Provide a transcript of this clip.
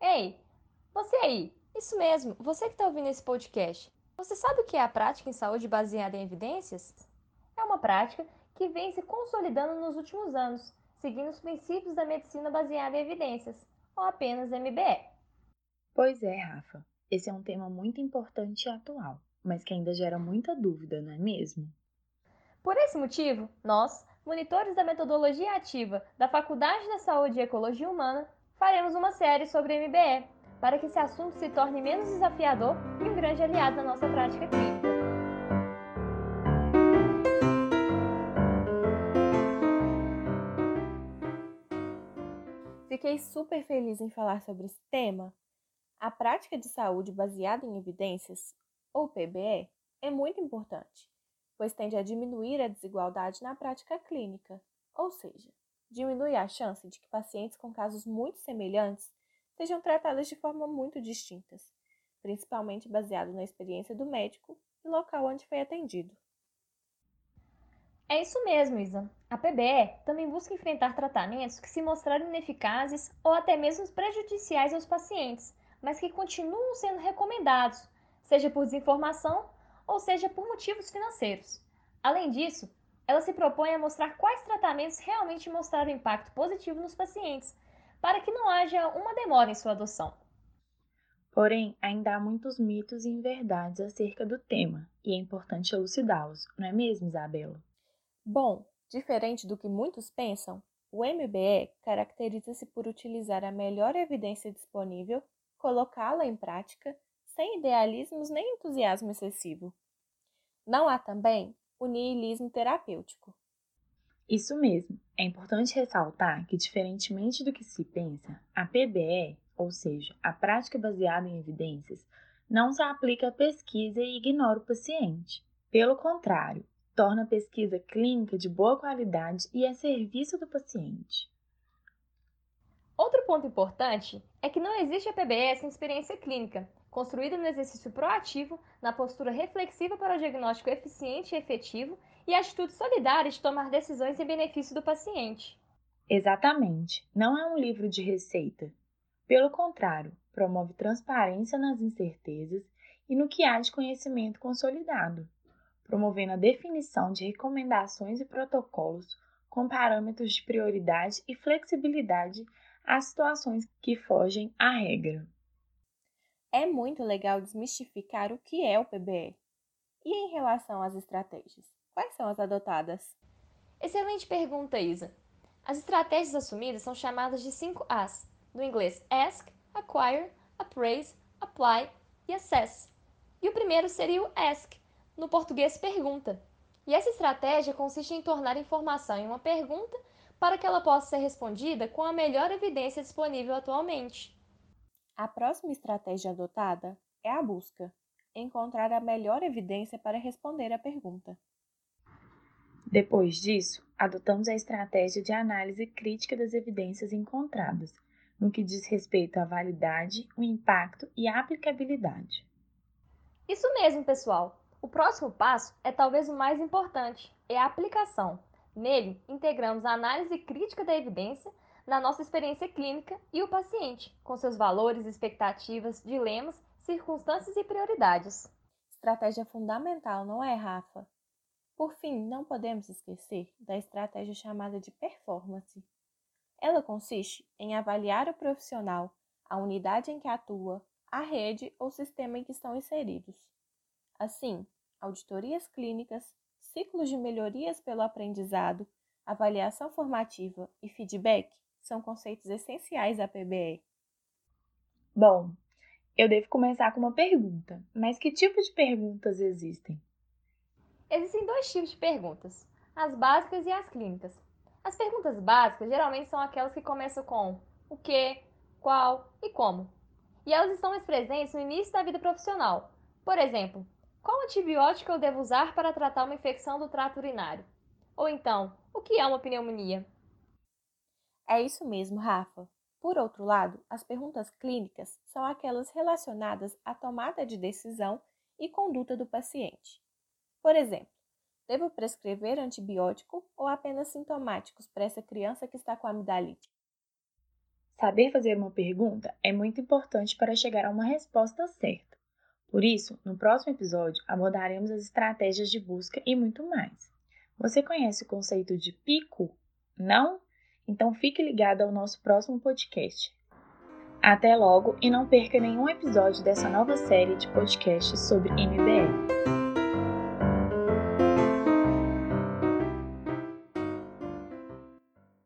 Ei, você aí, isso mesmo, você que está ouvindo esse podcast. Você sabe o que é a prática em saúde baseada em evidências? É uma prática que vem se consolidando nos últimos anos, seguindo os princípios da medicina baseada em evidências, ou apenas MBE. Pois é, Rafa. Esse é um tema muito importante e atual, mas que ainda gera muita dúvida, não é mesmo? Por esse motivo, nós, monitores da metodologia ativa da Faculdade da Saúde e Ecologia Humana, faremos uma série sobre MBE, para que esse assunto se torne menos desafiador e um grande aliado na nossa prática clínica. Fiquei super feliz em falar sobre esse tema. A prática de saúde baseada em evidências, ou PBE, é muito importante, pois tende a diminuir a desigualdade na prática clínica, ou seja, diminui a chance de que pacientes com casos muito semelhantes sejam tratados de forma muito distintas, principalmente baseado na experiência do médico e local onde foi atendido. É isso mesmo, Isa. A PBE também busca enfrentar tratamentos que se mostraram ineficazes ou até mesmo prejudiciais aos pacientes, mas que continuam sendo recomendados, seja por desinformação ou seja por motivos financeiros. Além disso, ela se propõe a mostrar quais tratamentos realmente mostraram impacto positivo nos pacientes, para que não haja uma demora em sua adoção. Porém, ainda há muitos mitos e inverdades acerca do tema, e é importante elucidá-los, não é mesmo, Isabela? Bom, diferente do que muitos pensam, o MBE caracteriza-se por utilizar a melhor evidência disponível, colocá-la em prática, sem idealismos nem entusiasmo excessivo. Não há também o niilismo terapêutico. Isso mesmo. É importante ressaltar que, diferentemente do que se pensa, a PBE, ou seja, a prática baseada em evidências, não se aplica à pesquisa e ignora o paciente. Pelo contrário, torna a pesquisa clínica de boa qualidade e a serviço do paciente. Outro ponto importante é que não existe a PBS sem experiência clínica, construída no exercício proativo, na postura reflexiva para o diagnóstico eficiente e efetivo e a atitude solidária de tomar decisões em benefício do paciente. Exatamente, não é um livro de receita. Pelo contrário, promove transparência nas incertezas e no que há de conhecimento consolidado, promovendo a definição de recomendações e protocolos com parâmetros de prioridade e flexibilidade às situações que fogem à regra. É muito legal desmistificar o que é o PBE. E em relação às estratégias, quais são as adotadas? Excelente pergunta, Isa. As estratégias assumidas são chamadas de 5 As, do inglês Ask, Acquire, Appraise, Apply e Assess. E o primeiro seria o Ask, no português pergunta. E essa estratégia consiste em tornar informação em uma pergunta para que ela possa ser respondida com a melhor evidência disponível atualmente. A próxima estratégia adotada é a busca, encontrar a melhor evidência para responder à pergunta. Depois disso, adotamos a estratégia de análise crítica das evidências encontradas, no que diz respeito à validade, o impacto e a aplicabilidade. Isso mesmo, pessoal. O próximo passo é talvez o mais importante, é a aplicação. Nele, integramos a análise crítica da evidência na nossa experiência clínica e o paciente, com seus valores, expectativas, dilemas, circunstâncias e prioridades. Estratégia fundamental, não é, Rafa? Por fim, não podemos esquecer da estratégia chamada de performance. Ela consiste em avaliar o profissional, a unidade em que atua, a rede ou sistema em que estão inseridos. Assim, auditorias clínicas, ciclos de melhorias pelo aprendizado, avaliação formativa e feedback são conceitos essenciais da PBE. Bom, eu devo começar com uma pergunta, mas que tipo de perguntas existem? Existem dois tipos de perguntas: as básicas e as clínicas. As perguntas básicas geralmente são aquelas que começam com o que, qual e como. E elas estão mais presentes no início da vida profissional. Por exemplo, qual antibiótico eu devo usar para tratar uma infecção do trato urinário? Ou então, o que é uma pneumonia? É isso mesmo, Rafa. Por outro lado, as perguntas clínicas são aquelas relacionadas à tomada de decisão e conduta do paciente. Por exemplo, devo prescrever antibiótico ou apenas sintomáticos para essa criança que está com amidalite? Saber fazer uma pergunta é muito importante para chegar a uma resposta certa. Por isso, no próximo episódio, abordaremos as estratégias de busca e muito mais. Você conhece o conceito de PICO? Não? Então fique ligado ao nosso próximo podcast. Até logo e não perca nenhum episódio dessa nova série de podcasts sobre MBL.